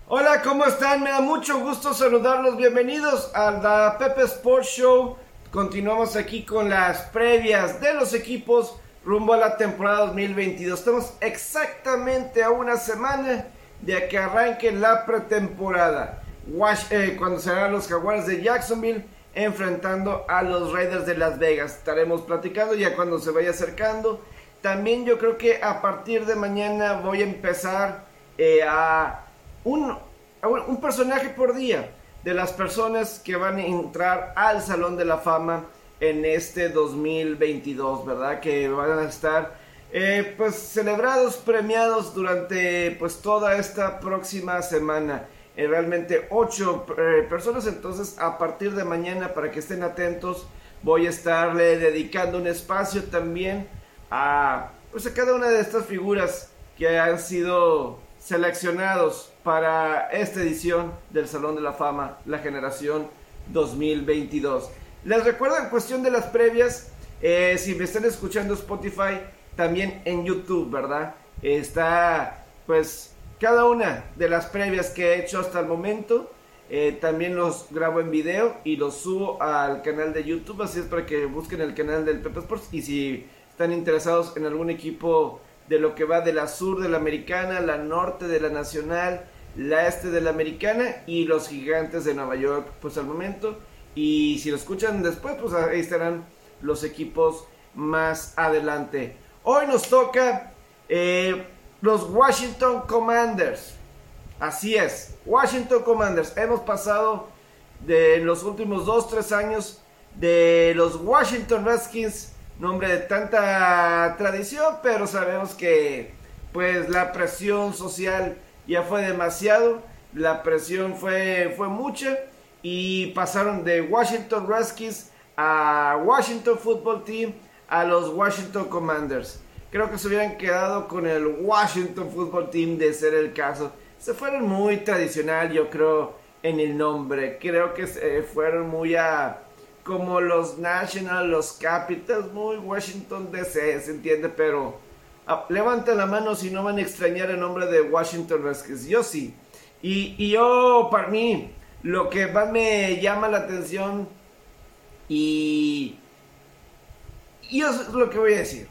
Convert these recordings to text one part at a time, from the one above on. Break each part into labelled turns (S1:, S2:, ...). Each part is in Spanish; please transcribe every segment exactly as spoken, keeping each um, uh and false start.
S1: Hola, ¿cómo están? Me da mucho gusto saludarlos. Bienvenidos a la Pepe Sports Show. Continuamos aquí con las previas de los equipos rumbo a la temporada dos mil veintidós. Estamos exactamente a una semana de que arranque la pretemporada. Wash, eh, cuando serán los Jaguares de Jacksonville enfrentando a los Raiders de Las Vegas. Estaremos platicando ya cuando se vaya acercando. También yo creo que a partir de mañana voy a empezar eh, a... Un, un personaje por día de las personas que van a entrar al Salón de la Fama en este dos mil veintidós, ¿verdad? Que van a estar eh, pues celebrados, premiados durante pues toda esta próxima semana. Eh, realmente ocho eh, personas. Entonces a partir de mañana, para que estén atentos, voy a estarle dedicando un espacio también a, pues a cada una de estas figuras que han sido seleccionados para esta edición del Salón de la Fama, la generación dos mil veintidós. Les recuerdo en cuestión de las previas, eh, si me están escuchando Spotify, también en YouTube, ¿verdad? Está pues cada una de las previas que he hecho hasta el momento. Eh, también los grabo en video y los subo al canal de YouTube, así es para que busquen el canal del Pepe Sports. Y si están interesados en algún equipo de lo que va de la sur de la americana, la norte de la nacional, la este de la americana y los Gigantes de Nueva York, pues al momento. Y si lo escuchan después, pues ahí estarán los equipos más adelante. Hoy nos toca eh, los Washington Commanders. Así es, Washington Commanders. Hemos pasado de los últimos dos tres años de los Washington Redskins, nombre de tanta tradición, pero sabemos que pues la presión social ya fue demasiado, la presión fue, fue mucha y pasaron de Washington Redskins a Washington Football Team a los Washington Commanders. Creo que se hubieran quedado con el Washington Football Team de ser el caso. Se fueron muy tradicional, yo creo, en el nombre. Creo que se fueron muy a... como los National, los Capitals, muy Washington D C, ¿se entiende? Pero ah, levanten la mano si no van a extrañar el nombre de Washington Redskins. Yo sí. Y, y yo, para mí, lo que más me llama la atención y... y eso es lo que voy a decir.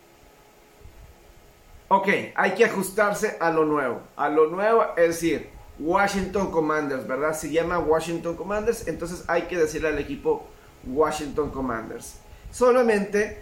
S1: Ok, hay que ajustarse a lo nuevo. A lo nuevo, es decir, Washington Commanders, ¿verdad? Se llama Washington Commanders, entonces hay que decirle al equipo Washington Commanders. Solamente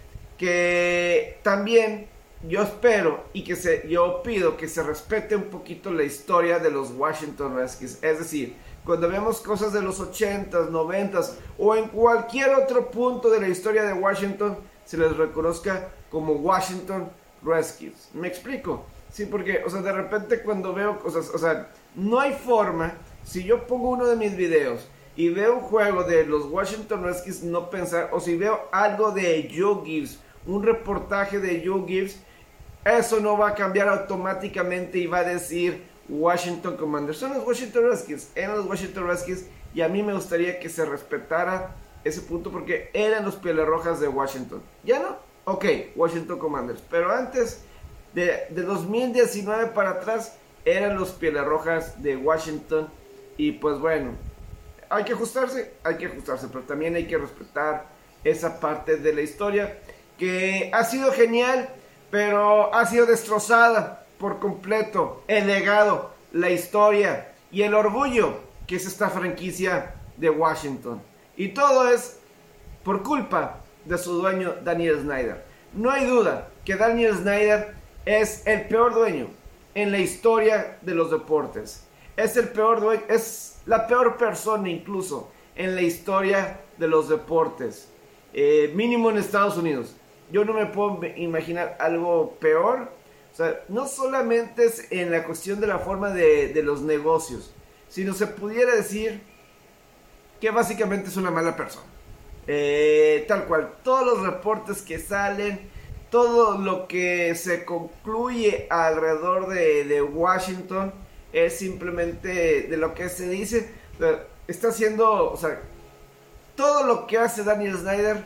S1: que también yo espero y que se, yo pido que se respete un poquito la historia de los Washington Redskins. Es decir, cuando vemos cosas de los ochentas, noventas o en cualquier otro punto de la historia de Washington, se les reconozca como Washington Redskins. ¿Me explico? Sí, porque, o sea, de repente cuando veo cosas, o sea, no hay forma, si yo pongo uno de mis videos y veo un juego de los Washington Redskins, no pensar, o si veo algo de Joe Gibbs, un reportaje de Joe Gibbs, eso no va a cambiar automáticamente y va a decir Washington Commanders. Son los Washington Redskins, eran los Washington Redskins, y a mí me gustaría que se respetara ese punto porque eran los Pieles Rojas de Washington. ¿Ya no? Ok, Washington Commanders, pero antes de, de dos mil diecinueve para atrás eran los Pieles Rojas de Washington. Y pues bueno, hay que ajustarse, hay que ajustarse, pero también hay que respetar esa parte de la historia que ha sido genial, pero ha sido destrozada por completo. El legado, la historia y el orgullo que es esta franquicia de Washington. Y todo es por culpa de su dueño Daniel Snyder. No hay duda que Daniel Snyder es el peor dueño en la historia de los deportes. Es el peor dueño, es la peor persona incluso en la historia de los deportes, eh, mínimo en Estados Unidos. Yo no me puedo imaginar algo peor. O sea, no solamente es en la cuestión de la forma de, de los negocios, sino se pudiera decir que básicamente es una mala persona. Eh, tal cual, todos los reportes que salen, todo lo que se concluye alrededor de, de Washington es simplemente de lo que se dice. O sea, está haciendo, o sea, todo lo que hace Daniel Snyder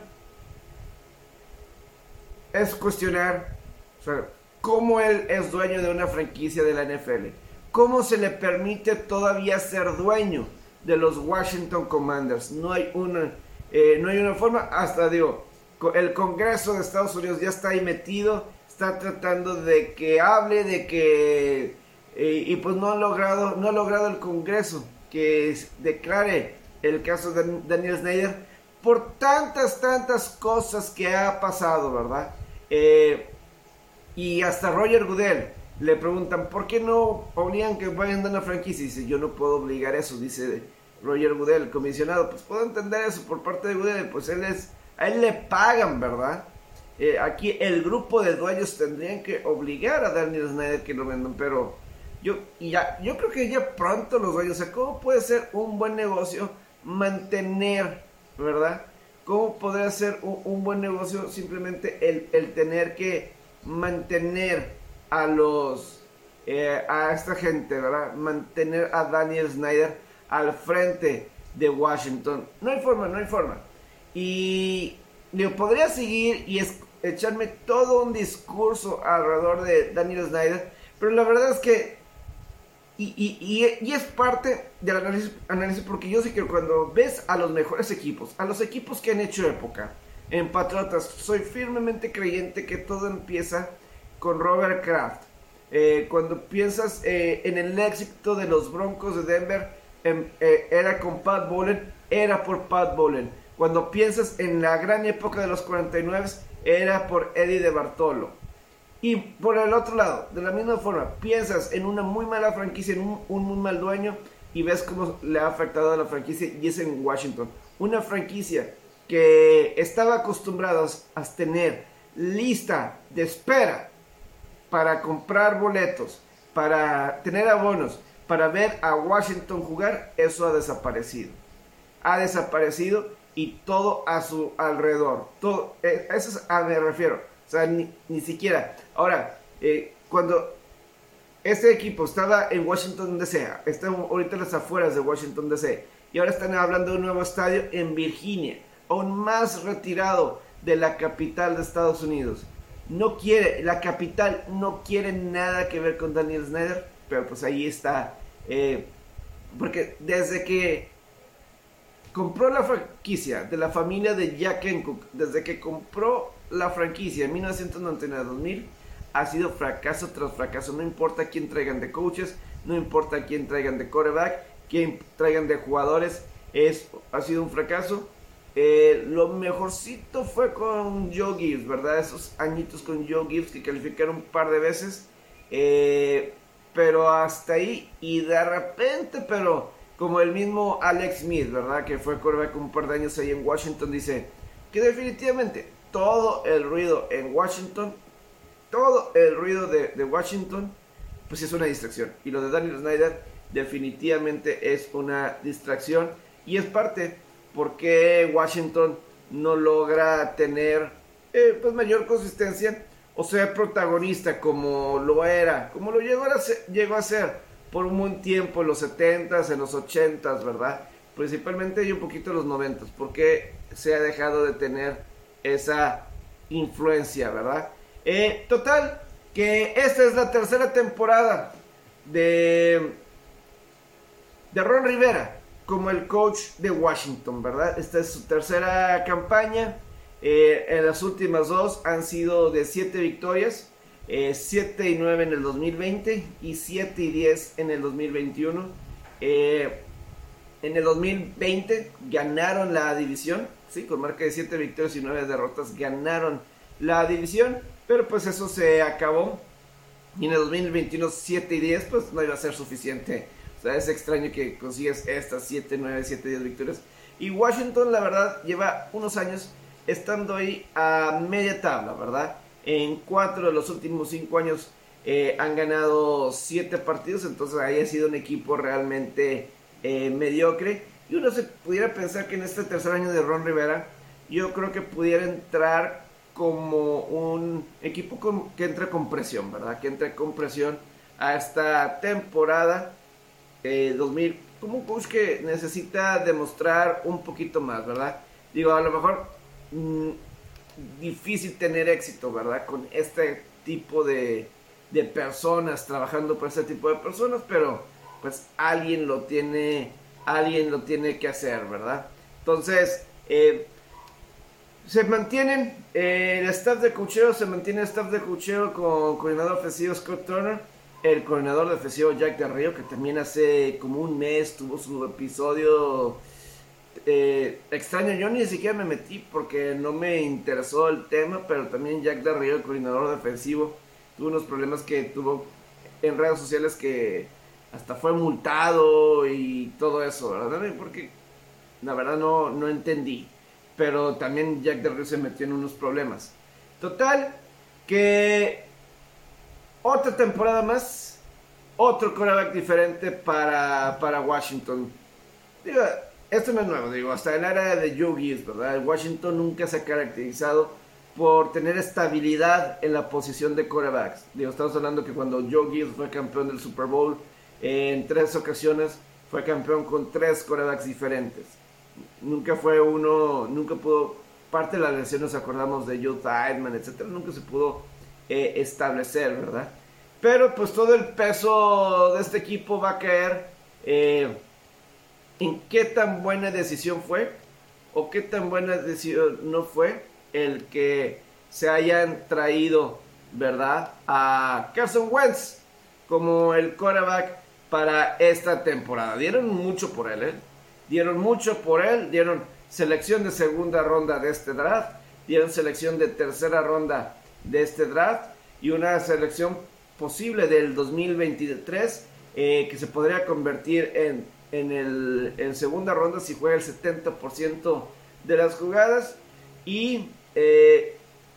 S1: es cuestionar, o sea, cómo él es dueño de una franquicia de la N F L, ¿cómo se le permite todavía ser dueño de los Washington Commanders? No hay una, eh, no hay una forma. Hasta digo, el Congreso de Estados Unidos ya está ahí metido, está tratando de que hable, de que eh, y pues no ha logrado, no ha logrado el Congreso que declare el caso de Daniel Snyder por tantas, tantas cosas que ha pasado, ¿verdad? Eh, y hasta Roger Goodell le preguntan, ¿por qué no obligan que vayan a una franquicia? Y dice, yo no puedo obligar eso, dice Roger Goodell, el comisionado. Pues puedo entender eso por parte de Goodell, pues él es, a él le pagan, ¿verdad? Eh, aquí el grupo de dueños tendrían que obligar a Daniel Snyder que lo vendan, pero yo, y ya, yo creo que ya pronto los dueños, o sea, ¿cómo puede ser un buen negocio mantener, ¿verdad? ¿Cómo podría ser un, un buen negocio simplemente el, el tener que mantener a los, eh, a esta gente, ¿verdad? Mantener a Daniel Snyder al frente de Washington. No hay forma, no hay forma. Y yo podría seguir y es, echarme todo un discurso alrededor de Daniel Snyder, pero la verdad es que Y, y, y, y es parte del análisis, análisis porque yo sé que cuando ves a los mejores equipos, a los equipos que han hecho época en Patriotas, soy firmemente creyente que todo empieza con Robert Kraft. Eh, cuando piensas eh, en el éxito de los Broncos de Denver, eh, eh, era con Pat Bowlen, era por Pat Bowlen. Cuando piensas en la gran época de los cuarenta y nueve, era por Eddie de Bartolo. Y por el otro lado, de la misma forma, piensas en una muy mala franquicia, en un, un muy mal dueño, y ves cómo le ha afectado a la franquicia, y es en Washington. Una franquicia que estaba acostumbrada a tener lista de espera para comprar boletos, para tener abonos, para ver a Washington jugar, eso ha desaparecido. Ha desaparecido y todo a su alrededor. Todo, eh, eso es a me refiero. O sea, ni, ni siquiera. Ahora, eh, cuando este equipo estaba en Washington D C, está ahorita en las afueras de Washington D C, y ahora están hablando de un nuevo estadio en Virginia, aún más retirado de la capital de Estados Unidos. No quiere, la capital no quiere nada que ver con Daniel Snyder, pero pues ahí está. Eh, porque desde que compró la franquicia de la familia de Jack Encook, desde que compró la franquicia en mil novecientos noventa y nueve a dos mil, ha sido fracaso tras fracaso. No importa quién traigan de coaches, no importa quién traigan de quarterback, quién traigan de jugadores, es, ha sido un fracaso. Eh, lo mejorcito fue con Joe Gibbs, ¿verdad? Esos añitos con Joe Gibbs que calificaron un par de veces, eh, pero hasta ahí. Y de repente, pero como el mismo Alex Smith, ¿verdad? Que fue quarterback un par de años ahí en Washington, dice que definitivamente todo el ruido en Washington, todo el ruido de, de Washington, pues es una distracción. Y lo de Daniel Snyder definitivamente es una distracción. Y es parte porque Washington no logra tener eh, pues mayor consistencia o ser protagonista como lo era, como lo llegó a ser, llegó a ser por un buen tiempo en los setentas, en los ochentas, ¿verdad? Principalmente y un poquito en los noventas, porque se ha dejado de tener esa influencia, ¿verdad? Eh, total, que esta es la tercera temporada de, de Ron Rivera como el coach de Washington, ¿verdad? Esta es su tercera campaña. Eh, en las últimas dos han sido de siete victorias, eh, siete y nueve en el dos mil veinte y siete y diez en el dos mil veintiuno. Eh, en el dos mil veinte ganaron la división, sí, con marca de siete victorias y nueve derrotas ganaron la división, pero pues eso se acabó. Y en el dos mil veintiuno siete y diez pues no iba a ser suficiente. O sea, es extraño que consigues estas siete, nueve, siete, diez victorias. Y Washington, la verdad, lleva unos años estando ahí a media tabla, ¿verdad? En cuatro de los últimos cinco años eh, han ganado siete partidos. Entonces ahí ha sido un equipo realmente eh, mediocre. Y uno se pudiera pensar que en este tercer año de Ron Rivera, yo creo que pudiera entrar como un equipo con, que entra con presión, ¿verdad? Que entre con presión a esta temporada eh, dos mil, como un coach que necesita demostrar un poquito más, ¿verdad? Digo, a lo mejor mmm, difícil tener éxito, ¿verdad? Con este tipo de, de personas trabajando para ese tipo de personas, pero pues alguien lo tiene, alguien lo tiene que hacer, ¿verdad? Entonces, eh, se mantienen, eh, el staff de coacheo, se mantiene el staff de coacheo con coordinador ofensivo Scott Turner, el coordinador defensivo Jack Del Rio, que también hace como un mes tuvo su episodio eh, extraño. Yo ni siquiera me metí porque no me interesó el tema, pero también Jack Del Rio, el coordinador defensivo, tuvo unos problemas que tuvo en redes sociales, que hasta fue multado y todo eso, ¿verdad? Porque la verdad no, no entendí. Pero también Jack Del Rio se metió en unos problemas. Total, que otra temporada más, otro quarterback diferente para, para Washington. Digo, esto no es nuevo, digo, hasta en la era de Joe Gibbs, ¿verdad? Washington nunca se ha caracterizado por tener estabilidad en la posición de quarterbacks. Digo, estamos hablando que cuando Joe Gibbs fue campeón del Super Bowl, en tres ocasiones fue campeón con tres quarterbacks diferentes. Nunca fue uno, nunca pudo, parte de las lesiones, nos acordamos de Joe Theismann, etcétera, nunca se pudo eh, establecer, ¿verdad? Pero pues todo el peso de este equipo va a caer eh, en qué tan buena decisión fue o qué tan buena decisión no fue el que se hayan traído, ¿verdad?, a Carson Wentz como el quarterback para esta temporada. Dieron mucho por él, ¿eh? Dieron mucho por él, dieron selección de segunda ronda de este draft, dieron selección de tercera ronda de este draft y una selección posible del dos mil veintitrés eh, que se podría convertir en, en, el, en segunda ronda si juega el setenta por ciento de las jugadas, y, eh,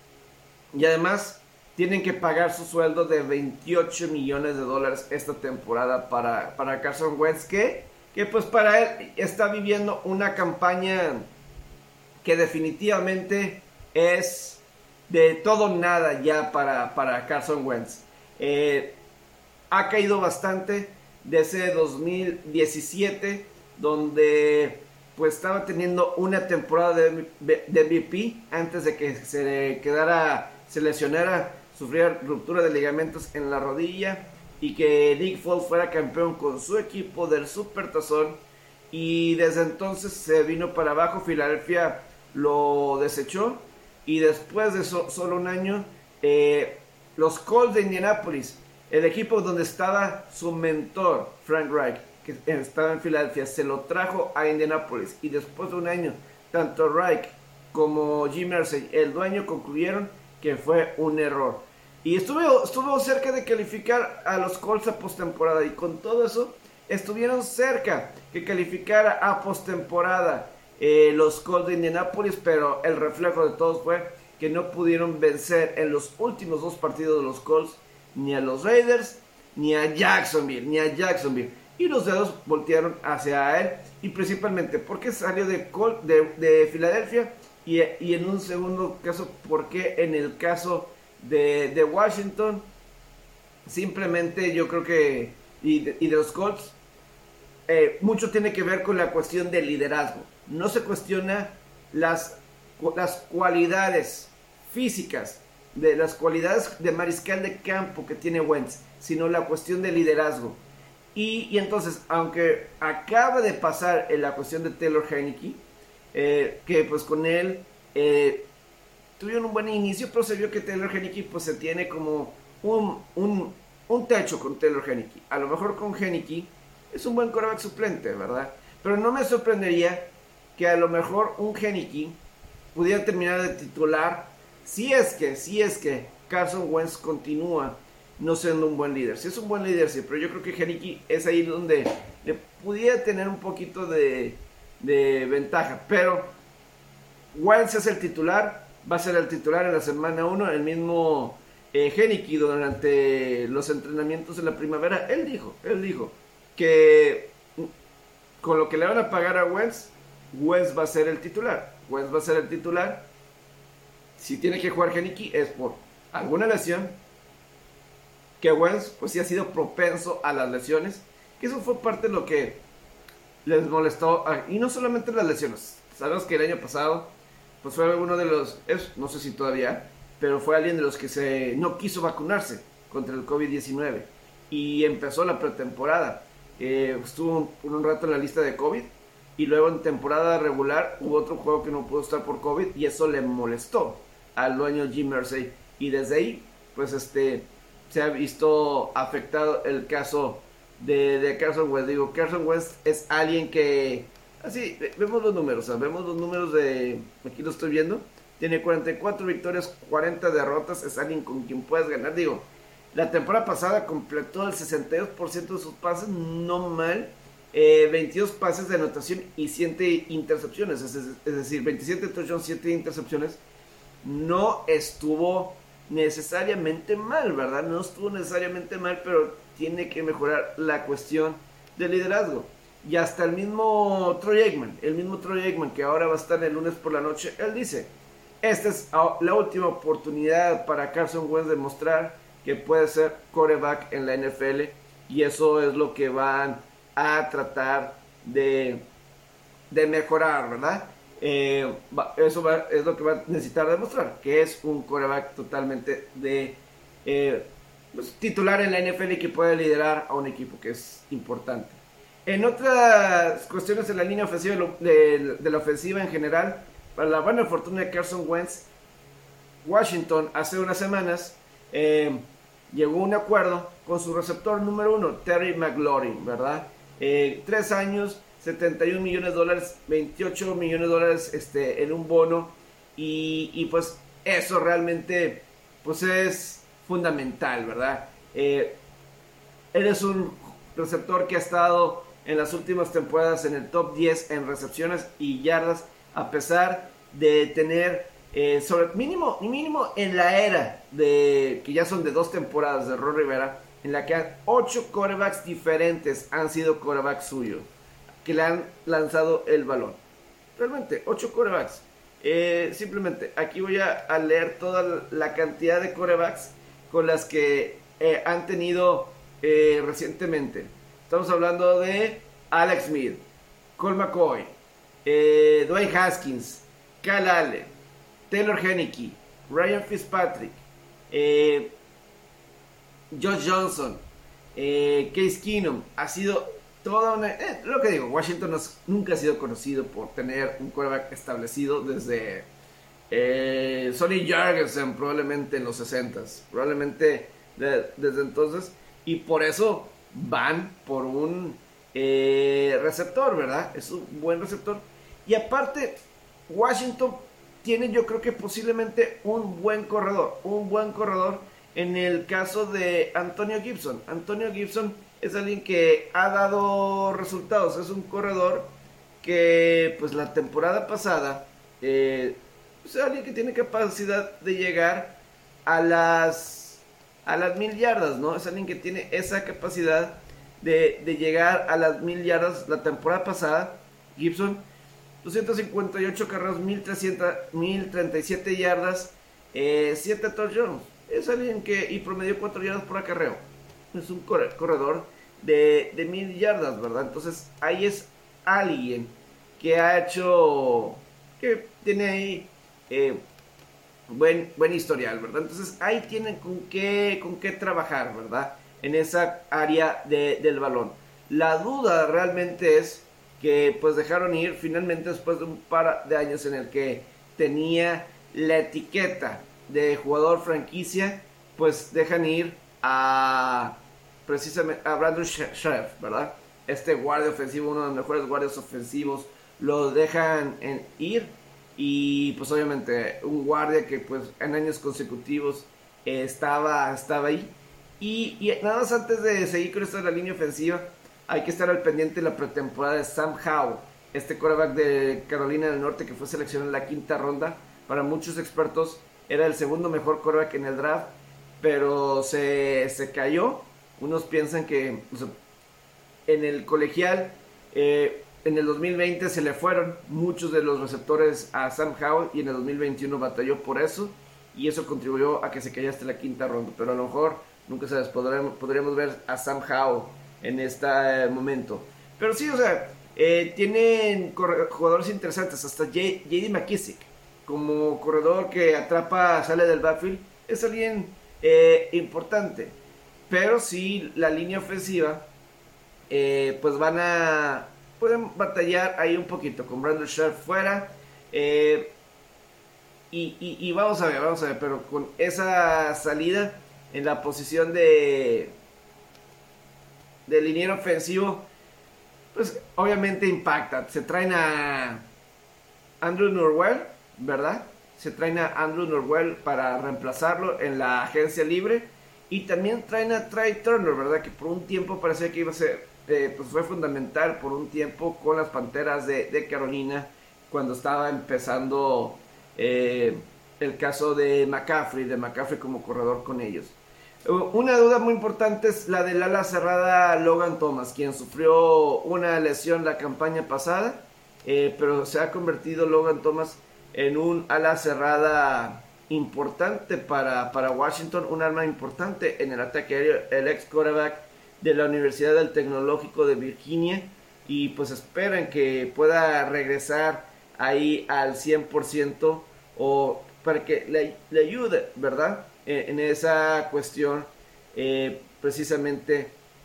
S1: y además tienen que pagar su sueldo de veintiocho millones de dólares esta temporada para, para Carson Wentz, que que pues para él está viviendo una campaña que definitivamente es de todo nada ya para, para Carson Wentz. Eh, ha caído bastante de ese dos mil diecisiete, donde pues estaba teniendo una temporada de, de M V P antes de que se quedara, se lesionara, sufriera ruptura de ligamentos en la rodilla, y que Nick Foles fuera campeón con su equipo del Supertazón, y desde entonces se vino para abajo. Filadelfia lo desechó, y después de so, solo un año, eh, los Colts de Indianapolis, el equipo donde estaba su mentor Frank Reich, que estaba en Filadelfia, se lo trajo a Indianapolis, y después de un año, tanto Reich como Jim Irsay, el dueño, concluyeron que fue un error. Y estuvo, estuvo cerca de calificar a los Colts a postemporada, y con todo eso estuvieron cerca que calificara a postemporada eh, los Colts de Indianapolis, pero el reflejo de todos fue que no pudieron vencer en los últimos dos partidos de los Colts ni a los Raiders ni a Jacksonville, ni a Jacksonville. Y los dedos voltearon hacia él, y principalmente porque salió de, Col- de, de Filadelfia, y, y en un segundo caso porque en el caso De, de Washington, simplemente yo creo que, y de, y de los Colts, eh, mucho tiene que ver con la cuestión del liderazgo. No se cuestiona las, las cualidades físicas, de las cualidades de mariscal de campo que tiene Wentz, sino la cuestión del liderazgo. Y, y entonces, aunque acaba de pasar en la cuestión de Taylor Heinicke, eh, que pues con él eh, tuvieron un buen inicio, pero se vio que Taylor Heinicke pues se tiene como un, un, un techo con Taylor Heinicke. A lo mejor con Heinicke es un buen quarterback suplente, ¿verdad? Pero no me sorprendería que a lo mejor un Heinicke pudiera terminar de titular, si es que, si es que Carson Wentz continúa no siendo un buen líder. Si es un buen líder, sí, pero yo creo que Heinicke es ahí donde le pudiera tener un poquito de, de ventaja. Pero Wentz es el titular, va a ser el titular en la semana uno. El mismo eh, Heinicke, durante los entrenamientos de la primavera, él dijo, él dijo que con lo que le van a pagar a Wentz, Wentz va a ser el titular. Wentz va a ser el titular. Si tiene que jugar Heinicke es por alguna lesión, que Wentz pues sí ha sido propenso a las lesiones, que eso fue parte de lo que les molestó a, y no solamente las lesiones. Sabemos que el año pasado pues fue uno de los, es, no sé si todavía, pero fue alguien de los que se no quiso vacunarse. contra el COVID diecinueve y empezó la pretemporada. Eh, estuvo por un rato en la lista de COVID y luego en temporada regular hubo otro juego que no pudo estar por COVID y eso le molestó al dueño Jim Irsay, y desde ahí pues este se ha visto afectado el caso de, de Carson Wentz. Digo, Carson Wentz es alguien que así, vemos los números, o sea, vemos los números de, aquí lo estoy viendo, tiene cuarenta y cuatro victorias, cuarenta derrotas, es alguien con quien puedes ganar. Digo, la temporada pasada completó el sesenta y dos por ciento de sus pases, no mal, eh, veintidós pases de anotación y siete intercepciones, es, es, es decir, veintisiete touchdowns, siete intercepciones. No estuvo necesariamente mal, ¿verdad? No estuvo necesariamente mal, pero tiene que mejorar la cuestión de liderazgo. Y hasta el mismo Troy Aikman, el mismo Troy Aikman que ahora va a estar el lunes por la noche, él dice, esta es la última oportunidad para Carson Wentz de mostrar que puede ser quarterback en la N F L, y eso es lo que van a tratar de, de mejorar, ¿verdad? Eh, va, eso va, es lo que va a necesitar demostrar, que es un quarterback totalmente de eh, pues, titular en la N F L y que puede liderar a un equipo, que es importante. En otras cuestiones de la línea ofensiva, de, de la ofensiva en general, para la buena fortuna de Carson Wentz, Washington hace unas semanas eh, llegó a un acuerdo con su receptor número uno, Terry McLaurin, ¿verdad? Eh, tres años, setenta y un millones de dólares, veintiocho millones de dólares este, en un bono, y, y pues eso realmente pues es fundamental, ¿verdad? Eh, él es un receptor que ha estado en las últimas temporadas en el top diez en recepciones y yardas, a pesar de tener eh, sobre mínimo mínimo en la era de que ya son de dos temporadas de Ron Rivera, en la que ocho quarterbacks diferentes han sido quarterbacks suyos que le han lanzado el balón. Realmente, ocho quarterbacks. Eh, simplemente, aquí voy a, a leer toda la cantidad de quarterbacks con las que eh, han tenido eh, recientemente. Estamos hablando de Alex Smith, Colt McCoy, eh, Dwayne Haskins, Kyle Allen, Taylor Heinicke, Ryan Fitzpatrick, eh, Josh Johnson, eh, Case Keenum. Ha sido toda una... Eh, lo que digo, Washington no, nunca ha sido conocido por tener un quarterback establecido desde eh, Sonny Jurgensen, probablemente en los sesentas, probablemente de, desde entonces, y por eso van por un eh, receptor, ¿verdad? Es un buen receptor. Y aparte, Washington tiene, yo creo que posiblemente un buen corredor, un buen corredor en el caso de Antonio Gibson. Antonio Gibson es alguien que ha dado resultados, es un corredor que pues la temporada pasada eh, es alguien que tiene capacidad de llegar a las a las mil yardas, ¿no? Es alguien que tiene esa capacidad de, de llegar a las mil yardas. La temporada pasada Gibson, doscientos cincuenta y ocho carreras, mil trescientos, mil treinta y siete yardas, eh, siete touchdowns. Es alguien que, y promedió cuatro yardas por acarreo. Es un corredor de, de mil yardas, ¿verdad? Entonces ahí es alguien que ha hecho, que tiene ahí eh, buen, buen historial, ¿verdad? Entonces ahí tienen con qué, con qué trabajar, ¿verdad? En esa área de, del balón. La duda realmente es que pues dejaron ir finalmente después de un par de años en el que tenía la etiqueta de jugador franquicia, pues dejan ir a precisamente a Brandon Scherff, ¿verdad? Este guardia ofensivo, uno de los mejores guardias ofensivos, lo dejan en ir, y pues obviamente un guardia que pues en años consecutivos eh, estaba, estaba ahí. Y, y nada más antes de seguir con esto de la línea ofensiva, hay que estar al pendiente de la pretemporada de Sam Howell, este quarterback de Carolina del Norte que fue seleccionado en la quinta ronda. Para muchos expertos era el segundo mejor quarterback en el draft, pero se, se cayó. Unos piensan que o sea, en el colegial, eh, en el dos mil veinte se le fueron muchos de los receptores a Sam Howell, y en el dos mil veintiuno batalló por eso, y eso contribuyó a que se cayera hasta la quinta ronda. Pero a lo mejor nunca se podremos, podríamos ver a Sam Howell en este momento. Pero sí, o sea, eh, tienen jugadores interesantes, hasta J D McKissick como corredor que atrapa, sale del backfield, es alguien eh, importante. pero sí la línea ofensiva, eh, pues van a, pueden batallar ahí un poquito con Brandon Scherf fuera, eh, y, y, y vamos a ver, vamos a ver, pero con esa salida en la posición de, de liniero ofensivo, pues obviamente impacta. Se traen a Andrew Norwell, ¿verdad? Se traen a Andrew Norwell para reemplazarlo en la agencia libre. Y también traen a Trey Turner, ¿verdad? Que por un tiempo parecía que iba a ser, eh, pues fue fundamental por un tiempo con las Panteras de, de Carolina, cuando estaba empezando eh, el caso de McCaffrey, de McCaffrey como corredor con ellos. Una duda muy importante es la del ala cerrada Logan Thomas, quien sufrió una lesión la campaña pasada, eh, pero se ha convertido Logan Thomas en un ala cerrada importante para, para Washington, un arma importante en el ataque aéreo, el ex quarterback de la Universidad del Tecnológico de Virginia, y pues esperan que pueda regresar ahí al cien por ciento o para que le, le ayude, ¿verdad? En esa cuestión, eh, precisamente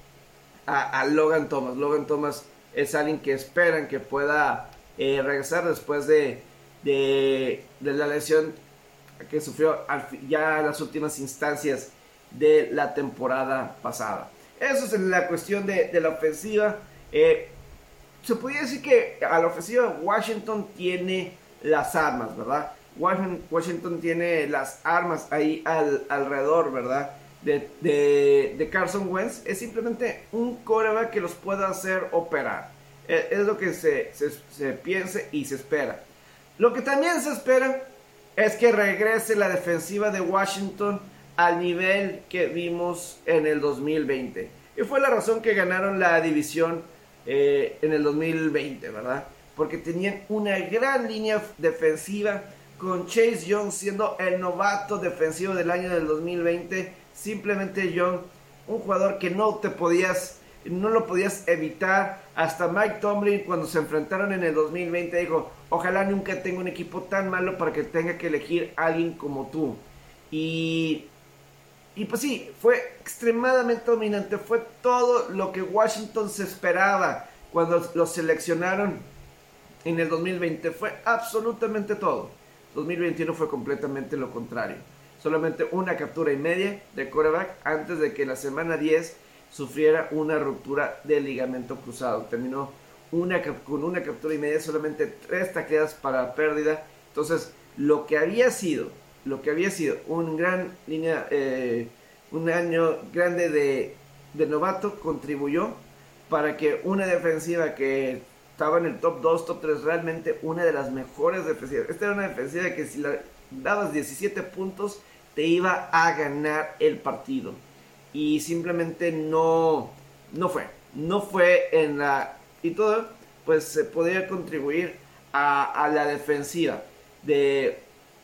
S1: a, a Logan Thomas. Logan Thomas es alguien que esperan que pueda eh, regresar después de, de, de la lesión que sufrió al, ya en las últimas instancias de la temporada pasada. Eso es en la cuestión de, de la ofensiva. Eh, se podría decir que a la ofensiva Washington tiene las armas, ¿verdad? Washington tiene las armas ahí al, alrededor, ¿verdad? De, de, de Carson Wentz. Es simplemente un quarterback que los pueda hacer operar. Es, es lo que se, se, se piensa y se espera. Lo que también se espera es que regrese la defensiva de Washington al nivel que vimos en el dos mil veinte. Y fue la razón que ganaron la división eh, en el dos mil veinte, ¿verdad? Porque tenían una gran línea defensiva, con Chase Young siendo el novato defensivo del año del dos mil veinte. Simplemente Young, un jugador que no te podías, no lo podías evitar. Hasta Mike Tomlin, cuando se enfrentaron en el dos mil veinte, dijo: ojalá nunca tenga un equipo tan malo para que tenga que elegir a alguien como tú. Y, y pues sí, fue extremadamente dominante. Fue todo lo que Washington se esperaba cuando lo seleccionaron en el dos mil veinte. Fue absolutamente todo. dos mil veintiuno fue completamente lo contrario. Solamente una captura y media de quarterback antes de que en la semana diez sufriera una ruptura del ligamento cruzado. Terminó una, con una captura y media, solamente tres tacleadas para pérdida. Entonces, lo que había sido, lo que había sido un gran línea, eh, un año grande de, de novato, contribuyó para que una defensiva que estaba en el top dos, top tres, realmente una de las mejores defensivas. Esta era una defensiva que si la dabas diecisiete puntos, te iba a ganar el partido. Y simplemente no, no fue. No fue en la... Y todo, pues se podría contribuir a, a la defensiva. De...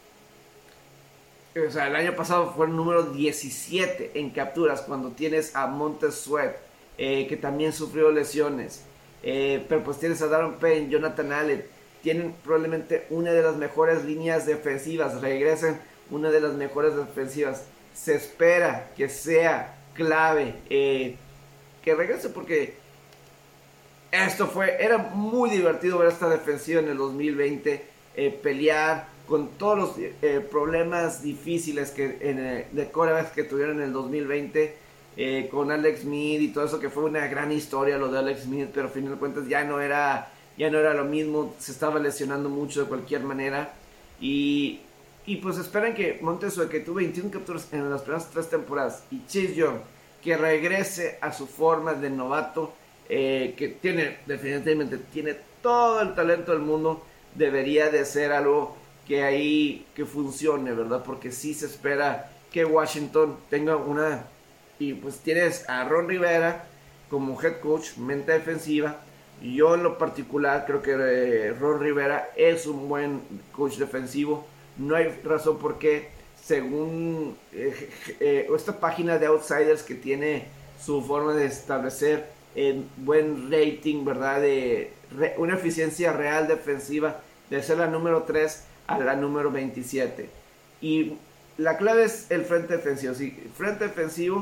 S1: O sea, el año pasado fue el número diecisiete en capturas, cuando tienes a Montez Sweat, eh, que también sufrió lesiones. Eh, pero pues tienes a Daron Payne, Jonathan Allen, tienen probablemente una de las mejores líneas defensivas, regresen una de las mejores defensivas. Se espera que sea clave, eh, que regrese, porque esto fue, era muy divertido ver esta defensiva en el dos mil veinte, eh, pelear con todos los eh, problemas difíciles que en, eh, de quarterbacks que tuvieron en el dos mil veinte. Eh, con Alex Smith y todo eso, que fue una gran historia lo de Alex Smith, pero al final de cuentas ya no era ya no era lo mismo, se estaba lesionando mucho de cualquier manera, y, y pues esperan que Montez Sweat, que tuvo veintiuna capturas en las primeras tres temporadas, y Chase Young, que regrese a su forma de novato, eh, que tiene, definitivamente tiene todo el talento del mundo, debería de ser algo que ahí, que funcione, ¿verdad? Porque sí se espera que Washington tenga una... Y pues tienes a Ron Rivera como head coach, mente defensiva. Yo en lo particular creo que eh, Ron Rivera es un buen coach defensivo. No hay razón por qué, según eh, eh, esta página de Outsiders, que tiene su forma de establecer eh, buen rating, ¿verdad? De re, una eficiencia real defensiva, de ser la número tres a la número veintisiete. Y la clave es el frente defensivo. Sí, frente defensivo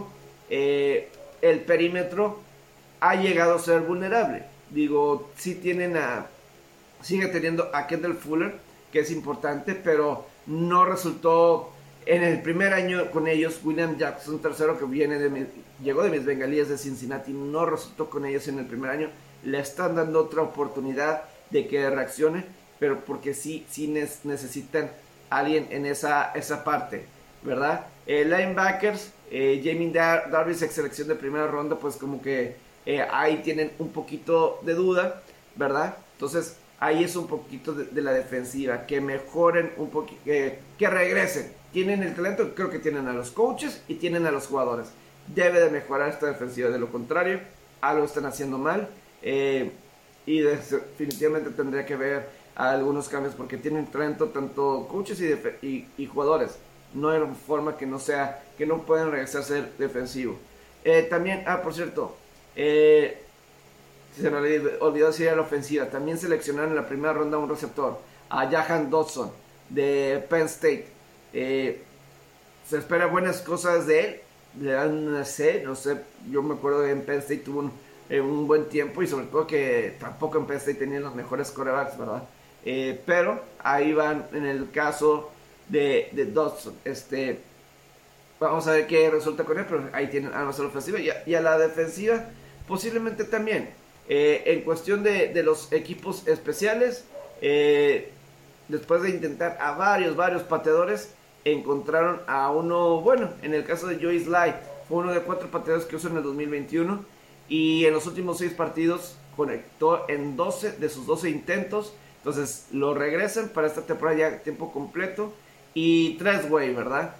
S1: eh, el perímetro ha llegado a ser vulnerable. Digo, sí tienen a, sigue teniendo a Kendall Fuller, que es importante, pero no resultó en el primer año con ellos. William Jackson tercero, que viene de, llegó de mis Bengalíes de Cincinnati, no resultó con ellos en el primer año. Le están dando otra oportunidad de que reaccione, pero porque sí, sí necesitan alguien en esa, esa parte, ¿verdad? Eh, linebackers, eh, Jamie Dar Darvis, ex selección de primera ronda, pues como que eh, ahí tienen un poquito de duda, ¿verdad? Entonces ahí es un poquito de, de la defensiva, que mejoren un poquito, eh, que regresen. Tienen el talento, creo que tienen a los coaches y tienen a los jugadores. Debe de mejorar esta defensiva, de lo contrario, algo están haciendo mal, eh, y definitivamente tendría que ver algunos cambios, porque tienen talento tanto coaches y, y, y jugadores. No hay forma que no sea, que no puedan regresar a ser defensivo. Eh, también, ah, por cierto, eh, se me olvidó decir a la ofensiva, también seleccionaron en la primera ronda un receptor, a Jahan Dodson de Penn State. Eh, se espera buenas cosas de él. Le dan, no sé, no sé, yo me acuerdo que en Penn State tuvo un, eh, un buen tiempo, y sobre todo que tampoco en Penn State tenían los mejores quarterbacks, ¿verdad? Eh, pero ahí van en el caso de, de Dodson. Este, vamos a ver qué resulta con él, pero ahí tienen a nuestra ofensiva y a, y a la defensiva posiblemente también. Eh, en cuestión de, de los equipos especiales, eh, después de intentar a varios, varios pateadores, encontraron a uno, bueno, en el caso de Joey Slye, fue uno de cuatro pateadores que usó en el dos mil veintiuno, y en los últimos seis partidos conectó en doce de sus doce intentos. Entonces lo regresan para esta temporada ya a tiempo completo. Y Treadway, ¿verdad?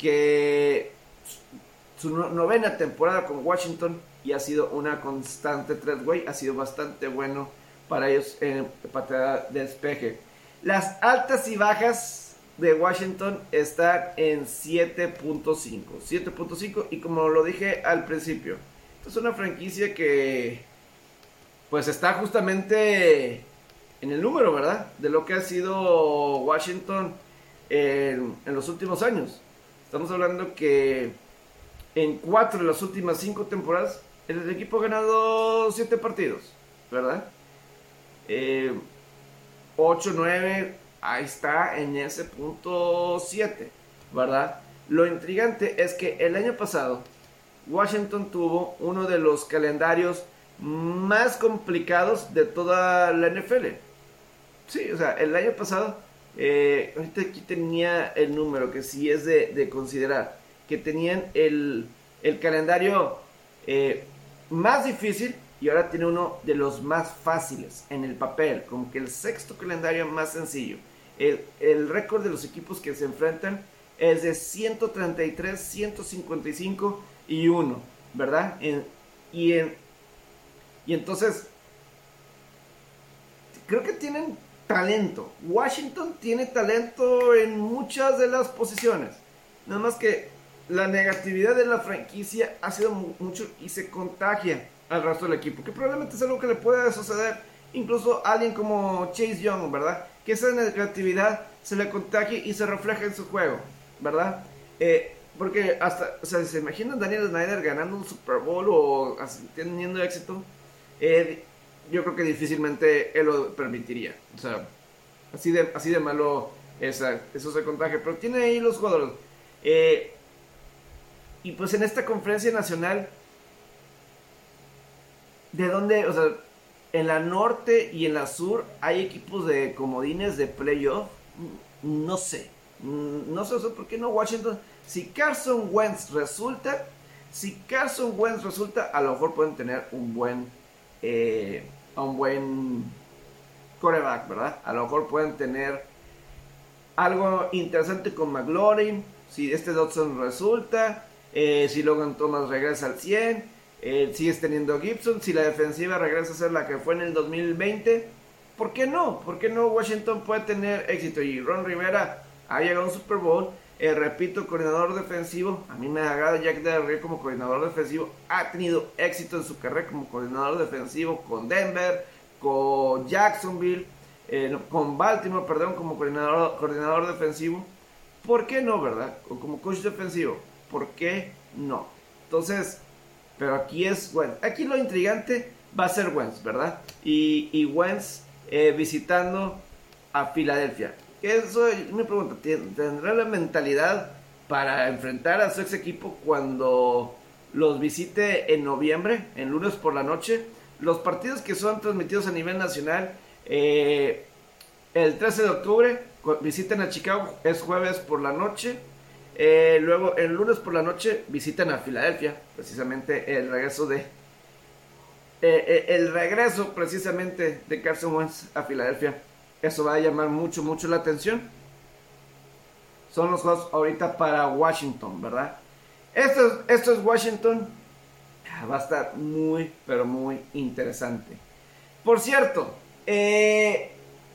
S1: Que su novena temporada con Washington, y ha sido una constante. Treadway ha sido bastante bueno para ellos en patada de despeje. Las altas y bajas de Washington están en siete punto cinco. siete punto cinco, y como lo dije al principio, esta es una franquicia que pues está justamente en el número, ¿verdad?, de lo que ha sido Washington en, en los últimos años. Estamos hablando que en cuatro de las últimas cinco temporadas el equipo ha ganado siete partidos, ¿verdad? Eh, ocho, nueve, ahí está en ese punto siete, ¿verdad? Lo intrigante es que el año pasado Washington tuvo uno de los calendarios más complicados de toda la N F L. Sí, o sea, el año pasado, eh, ahorita aquí tenía el número, que sí es de, de considerar, que tenían el, el calendario eh, más difícil, y ahora tiene uno de los más fáciles en el papel, como que el sexto calendario más sencillo. El, el récord de los equipos que se enfrentan es de ciento treinta y tres, ciento cincuenta y cinco y uno, ¿verdad? En, y, en, y entonces, creo que tienen talento. Washington tiene talento en muchas de las posiciones. Nada más que la negatividad de la franquicia ha sido mucho y se contagia al resto del equipo, que probablemente es algo que le pueda suceder incluso a alguien como Chase Young, ¿verdad? Que esa negatividad se le contagie y se refleja en su juego, ¿verdad? Eh, porque hasta, o sea, ¿se imaginan Daniel Snyder ganando un Super Bowl o así, teniendo éxito? Eh, yo creo que difícilmente él lo permitiría. O sea, así de, así de malo esa, eso se contagia. Pero tiene ahí los jugadores. Eh, y pues en esta conferencia nacional, ¿de dónde? O sea, en la norte y en la sur hay equipos de comodines de playoff. No sé. No sé por qué no Washington. Si Carson Wentz resulta, si Carson Wentz resulta, a lo mejor pueden tener un buen, eh, un buen quarterback, ¿verdad? A lo mejor pueden tener algo interesante con McLaurin. Si este Dodson resulta, eh, si Logan Thomas regresa al cien, eh, sigues teniendo Gibson, si la defensiva regresa a ser la que fue en el dos mil veinte, ¿por qué no? ¿Por qué no Washington puede tener éxito? Y Ron Rivera ha llegado a un Super Bowl. Eh, repito, coordinador defensivo. A mí me agrada Jack Del Rio como coordinador defensivo. Ha tenido éxito en su carrera como coordinador defensivo con Denver, con Jacksonville, eh, no, con Baltimore, perdón, como coordinador, coordinador defensivo. ¿Por qué no, verdad? O como coach defensivo. ¿Por qué no? Entonces, pero aquí es Wentz. Aquí lo intrigante va a ser Wentz, ¿verdad? Y, y Wentz eh, visitando a Filadelfia. Eso me pregunto, ¿tendrá la mentalidad para enfrentar a su ex equipo cuando los visite en noviembre, en lunes por la noche? Los partidos que son transmitidos a nivel nacional, eh, el trece de octubre visiten a Chicago, es jueves por la noche. Eh, luego el lunes por la noche visitan a Filadelfia, precisamente el regreso de eh, el regreso precisamente de Carson Wentz a Filadelfia. Eso va a llamar mucho mucho la atención. Son los juegos ahorita para Washington, ¿verdad? Esto es, esto es Washington. Va a estar muy pero muy interesante. Por cierto, eh,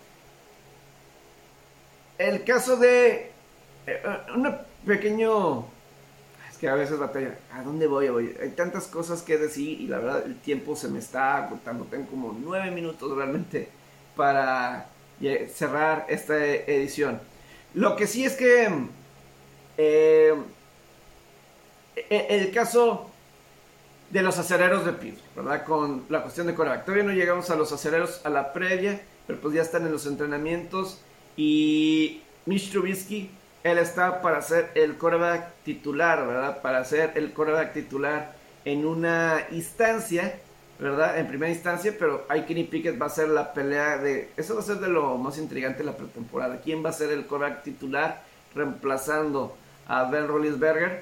S1: el caso de eh, un pequeño, es que a veces batalla, ¿a dónde voy? voy? Hay tantas cosas que decir y la verdad el tiempo se me está agotando. Tengo como nueve minutos realmente para cerrar esta edición. Lo que sí es que eh, el caso de los acereros de Pittsburgh, ¿verdad? Con la cuestión de quarterback. Todavía no llegamos a los acereros a la previa, pero pues ya están en los entrenamientos. Y Mitch Trubisky, él está para ser el quarterback titular, ¿verdad? Para ser el quarterback titular en una instancia, ¿verdad? En primera instancia, pero ahí Kenny Pickett va a ser la pelea de... Eso va a ser de lo más intrigante de la pretemporada. ¿Quién va a ser el quarterback titular reemplazando a Ben Roethlisberger?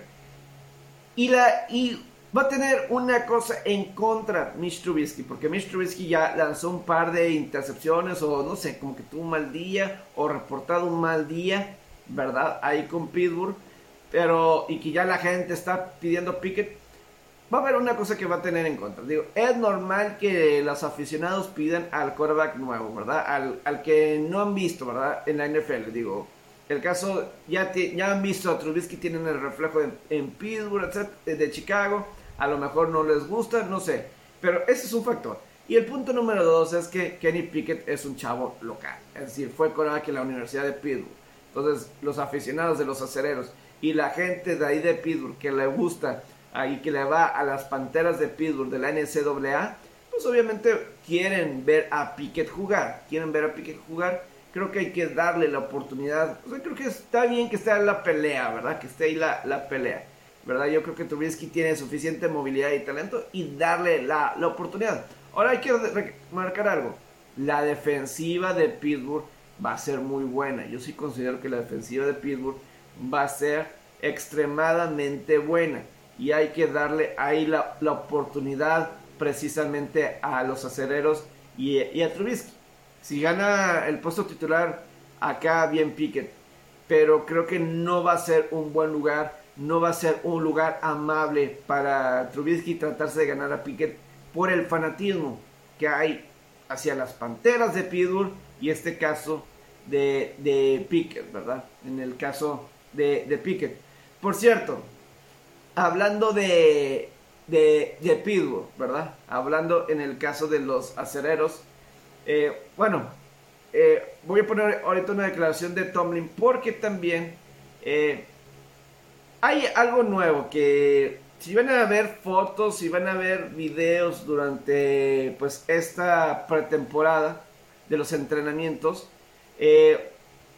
S1: Y la... Y va a tener una cosa en contra Mitch Trubisky, porque Mitch Trubisky ya lanzó un par de intercepciones, o no sé, como que tuvo un mal día, o reportado un mal día, ¿verdad? Ahí con Pittsburgh, pero, y que ya la gente está pidiendo Pickett. Va a haber una cosa que va a tener en contra. Digo, es normal que los aficionados pidan al quarterback nuevo, ¿verdad? Al, al que no han visto, ¿verdad? En la N F L, digo. El caso, ya, te, ya han visto a Trubisky, tienen el reflejo en, en Pittsburgh, etcétera, de Chicago. A lo mejor no les gusta, no sé. Pero ese es un factor. Y el punto número dos es que Kenny Pickett es un chavo local. Es decir, fue quarterback en la Universidad de Pittsburgh. Entonces, los aficionados de los acereros y la gente de ahí de Pittsburgh que le gusta y que le va a las Panteras de Pittsburgh de la N C A A, pues obviamente quieren ver a Pickett jugar. Quieren ver a Pickett jugar. Creo que hay que darle la oportunidad. O sea, creo que está bien que esté en la pelea, ¿verdad? Que esté ahí la, la pelea, ¿verdad? Yo creo que Trubisky tiene suficiente movilidad y talento y darle la, la oportunidad. Ahora hay que marcar algo. La defensiva de Pittsburgh va a ser muy buena. Yo sí considero que la defensiva de Pittsburgh va a ser extremadamente buena. Y hay que darle ahí la, la oportunidad precisamente a los acereros y, y a Trubisky. Si gana el puesto titular, acá bien Pickett. Pero creo que no va a ser un buen lugar. No va a ser un lugar amable para Trubisky tratarse de ganar a Pickett por el fanatismo que hay hacia las Panteras de Pittsburgh y este caso de, de Pickett, ¿verdad? En el caso de, de Pickett. Por cierto, hablando de, de, de Pittsburgh, ¿verdad? Hablando en el caso de los acereros, eh, bueno, eh, voy a poner ahorita una declaración de Tomlin porque también... Eh, hay algo nuevo que si van a ver fotos, si van a ver videos durante pues esta pretemporada de los entrenamientos, eh,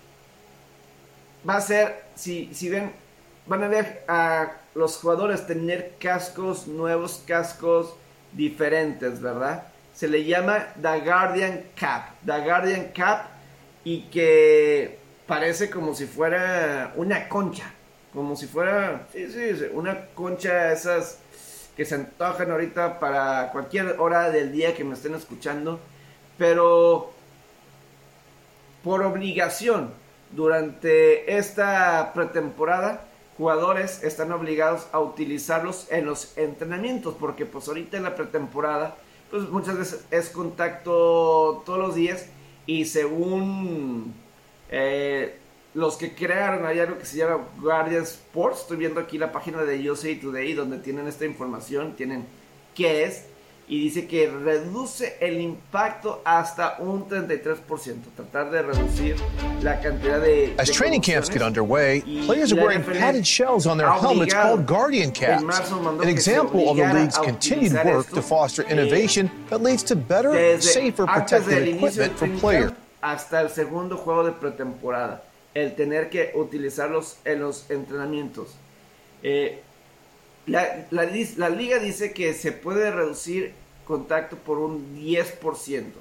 S1: va a ser, si, si ven, van a ver a los jugadores tener cascos, nuevos cascos diferentes, ¿verdad? Se le llama The Guardian Cap, The Guardian Cap, y que parece como si fuera una concha. Como si fuera, sí, sí, sí, una concha esas que se antojan ahorita para cualquier hora del día que me estén escuchando. Pero por obligación, durante esta pretemporada, jugadores están obligados a utilizarlos en los entrenamientos. Porque pues ahorita en la pretemporada, pues muchas veces es contacto todos los días. Y según... Eh, los que crearon, hay algo que se llama Guardian Sports. Estoy viendo aquí la página de U S A Today donde tienen esta información, tienen qué es. y dice que reduce el impacto hasta un treinta y tres por ciento, tratar de reducir la cantidad de...
S2: As
S1: de
S2: training camps get underway,
S1: y,
S2: players
S1: y
S2: are wearing padded shells on their helmets called Guardian caps, an example of the league's continued work to foster innovation that leads to better, safer protective equipment for players.
S1: Hasta el segundo juego de pretemporada, el tener que utilizarlos en los entrenamientos. Eh, La, la, la liga dice que se puede reducir contacto por un diez por ciento.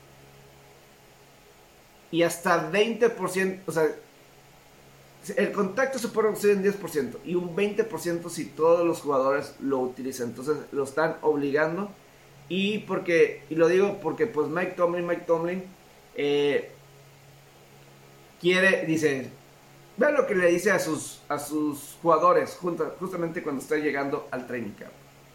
S1: Y hasta veinte por ciento, o sea, el contacto se puede reducir en diez por ciento. Y un veinte por ciento si todos los jugadores lo utilizan. Entonces lo están obligando. Y porque, y lo digo porque pues Mike Tomlin, Mike Tomlin eh, quiere, dice... Vean lo que le dice a sus, a sus jugadores junto, justamente cuando está llegando al training camp.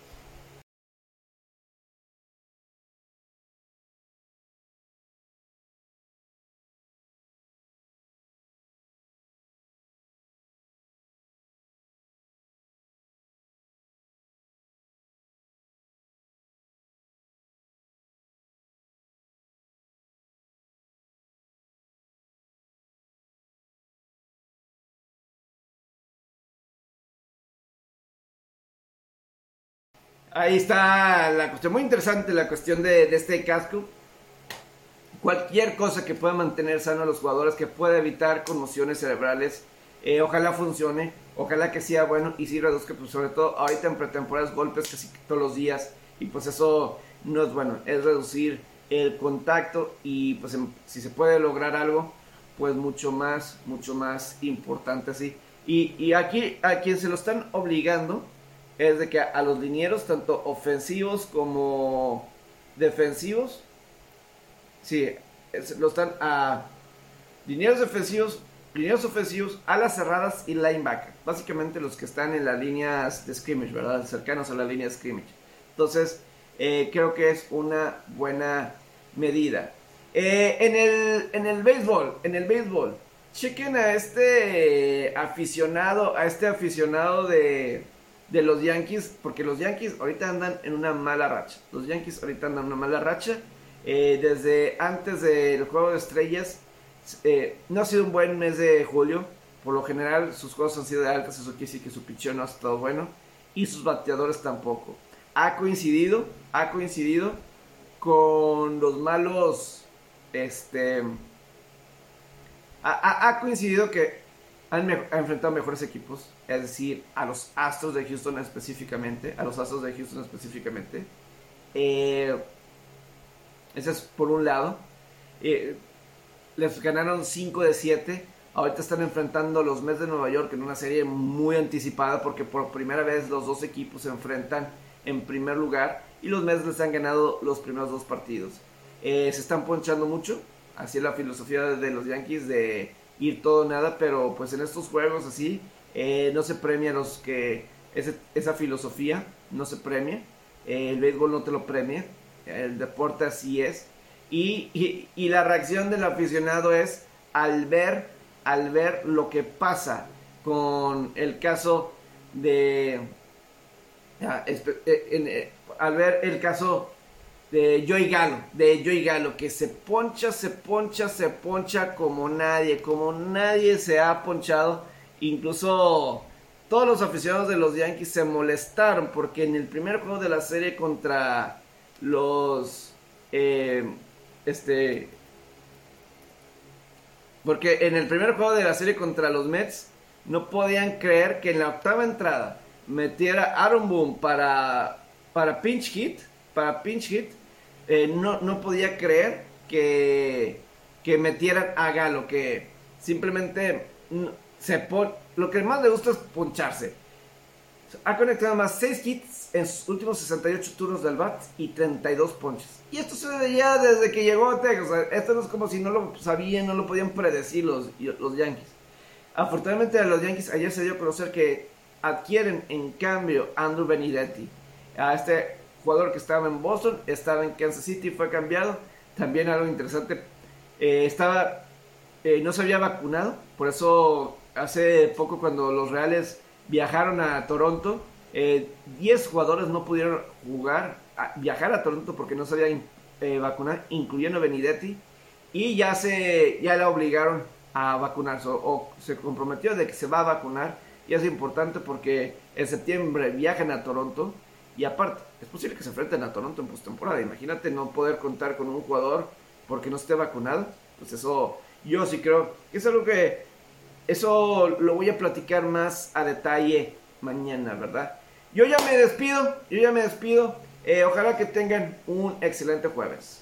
S1: Ahí está la cuestión, muy interesante la cuestión de, de este casco. Cualquier cosa que pueda mantener sano a los jugadores, que pueda evitar conmociones cerebrales, eh, ojalá funcione, ojalá que sea bueno y sí reduzca, pues sobre todo ahorita en pretemporadas, golpes casi todos los días, y pues eso no es bueno, es reducir el contacto y pues en, si se puede lograr algo, pues mucho más, mucho más importante así. Y, y aquí a quien se lo están obligando es de que a los linieros, tanto ofensivos como defensivos, sí, es, lo están a linieros defensivos, linieros ofensivos, alas cerradas y linebacker. Básicamente los que están en las líneas de scrimmage, ¿verdad? Cercanos a la línea de scrimmage. Entonces, eh, creo que es una buena medida. Eh, en el, en el béisbol, en el béisbol, chequen a este aficionado, a este aficionado de... de los Yankees, porque los Yankees ahorita andan en una mala racha. Los Yankees ahorita andan en una mala racha. Eh, desde antes del juego de estrellas, eh, no ha sido un buen mes de julio. Por lo general, sus juegos han sido de altas. Eso quiere decir que su picheo no ha estado bueno. Y sus bateadores tampoco. Ha coincidido, ha coincidido con los malos. Este. Ha, ha, ha coincidido que han, me, han enfrentado mejores equipos. Es decir, a los Astros de Houston específicamente. A los Astros de Houston específicamente. Eh, ese es por un lado. Eh, les ganaron cinco de siete. Ahorita están enfrentando los Mets de Nueva York en una serie muy anticipada. Porque por primera vez los dos equipos se enfrentan en primer lugar. Y los Mets les han ganado los primeros dos partidos. Eh, se están ponchando mucho. Así es la filosofía de los Yankees de ir todo o nada. Pero pues en estos juegos así... Eh, no se premia a los que ese, esa filosofía no se premia, eh, el béisbol no te lo premia, el deporte así es y, y, y la reacción del aficionado es al ver al ver lo que pasa con el caso de ah, espe, eh, en, eh, al ver el caso de Joey Gallo, de Joey Gallo que se poncha, se poncha, se poncha como nadie, como nadie se ha ponchado. Incluso todos los aficionados de los Yankees se molestaron porque en el primer juego de la serie contra los eh, este porque en el primer juego de la serie contra los Mets no podían creer que en la octava entrada metiera Aaron Boone para para pinch hit para pinch hit eh, no, no podía creer que que metieran a Gallo, que simplemente se pon, lo que más le gusta es poncharse. Ha conectado más seis hits en sus últimos sesenta y ocho turnos del bat y treinta y dos ponches. Y esto sucede ya desde que llegó a Texas. O sea, esto no es como si no lo sabían, no lo podían predecir los, los Yankees. Afortunadamente a los Yankees ayer se dio a conocer que adquieren en cambio a Andrew Benintendi. A este jugador que estaba en Boston, estaba en Kansas City, fue cambiado. También algo interesante, eh, estaba, eh, no se había vacunado, por eso... Hace poco cuando los Reales viajaron a Toronto, eh, diez jugadores no pudieron jugar a viajar a Toronto porque no sabía eh, vacunar, incluyendo Benedetti, y ya se ya la obligaron a vacunarse o, o se comprometió de que se va a vacunar, y es importante porque en septiembre viajan a Toronto, y aparte es posible que se enfrenten a Toronto en postemporada. Imagínate no poder contar con un jugador porque no esté vacunado. Pues eso yo sí creo que es algo que eso lo voy a platicar más a detalle mañana, ¿verdad? Yo ya me despido, yo ya me despido. Eh, ojalá que tengan un excelente jueves.